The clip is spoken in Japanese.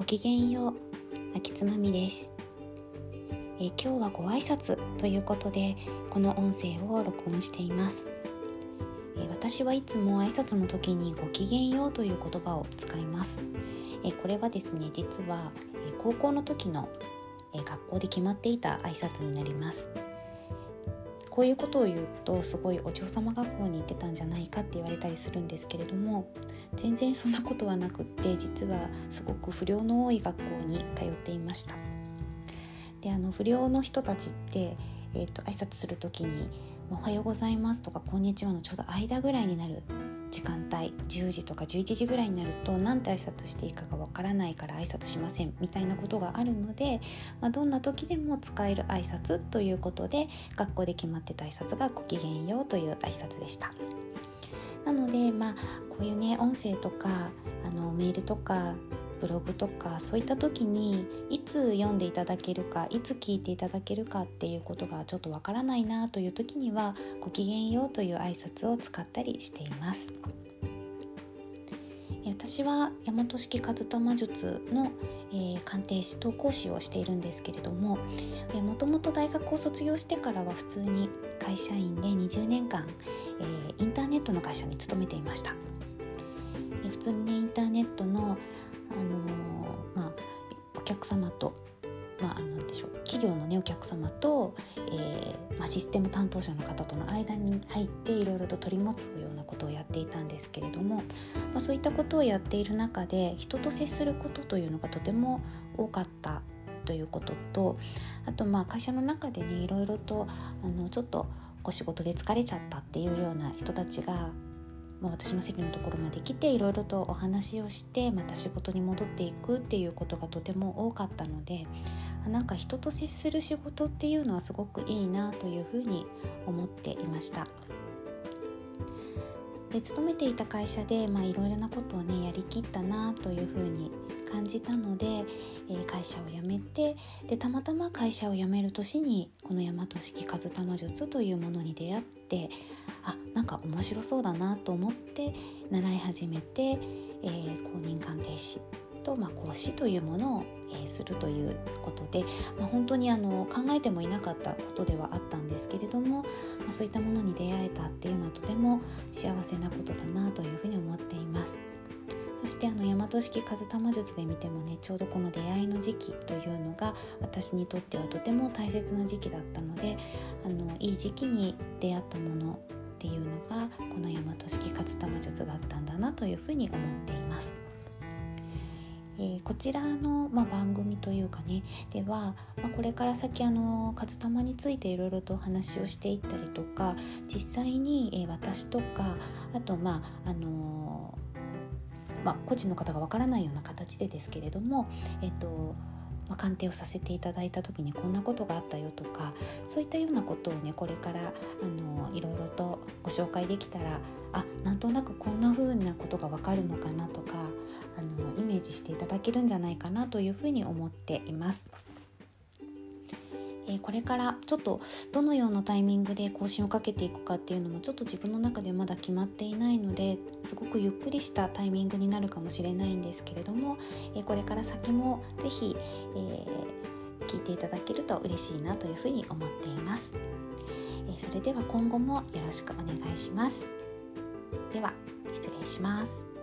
きげんよう、秋つまみです。今日はご挨拶ということでこの音声を録音しています。私はいつも挨拶の時にごきげんようという言葉を使います。これはですね、実は高校の時の学校で決まっていた挨拶になります。こういうことを言うとすごいお嬢様学校に行ってたんじゃないかって言われたりするんですけれども、全然そんなことはなくって、実はすごく不良の多い学校に通っていました。で、不良の人たちって、挨拶するときにおはようございますとかこんにちはのちょうど間ぐらいになる時間帯、10時とか11時ぐらいになるとなんて挨拶していいかがわからないから挨拶しませんみたいなことがあるので、どんな時でも使える挨拶ということで学校で決まってた挨拶がごきげんようという挨拶でした。なのでこういうね、音声とかメールとかブログとかそういった時にいつ読んでいただけるか、いつ聞いていただけるかっていうことがちょっとわからないなという時にはごきげんようという挨拶を使ったりしています。私は大和式和玉術の、鑑定士と講師をしているんですけれども、もともと大学を卒業してからは普通に会社員で20年間、インターネットの会社に勤めていました。普通にね、インターネットの、お客様と、企業のねお客様と、システム担当者の方との間に入っていろいろと取り持つようなことをやっていたんですけれども、そういったことをやっている中で人と接することというのがとても多かったということと、あと会社の中でねいろいろとちょっと仕事で疲れちゃったっていうような人たちが私の席のところまで来ていろいろとお話をしてまた仕事に戻っていくっていうことがとても多かったので、人と接する仕事っていうのはすごくいいなというふうに思っていました。で、勤めていた会社でいろいろなことをねやりきったなというふうに感じたので、会社を辞めて、でたまたま会社を辞める年にこの大和式和玉術というものに出会って、面白そうだなと思って習い始めて、公認鑑定士と、講師というものを、するということで、本当に考えてもいなかったことではあったんですけれども、そういったものに出会えたっていうのはとても幸せなことだなというふうに思っています。そして大和式和玉術で見てもね、ちょうどこの出会いの時期というのが私にとってはとても大切な時期だったので、いい時期に出会ったものっていうのがこの大和式和玉術だったんだなというふうに思っています。こちらの、番組というかねでは、これから先和玉についていろいろとお話をしていったりとか、実際に、私とかあと個人の方がわからないような形でですけれども、鑑定をさせていただいた時にこんなことがあったよとか、そういったようなことをねこれからいろいろとご紹介できたら、なんとなくこんな風なことがわかるのかなとかイメージしていただけるんじゃないかなというふうに思っています。これからちょっとどのようなタイミングで更新をかけていくかっていうのもちょっと自分の中でまだ決まっていないので、すごくゆっくりしたタイミングになるかもしれないんですけれども、これから先もぜひ、聞いていただけると嬉しいなというふうに思っています。それでは今後もよろしくお願いします。では失礼します。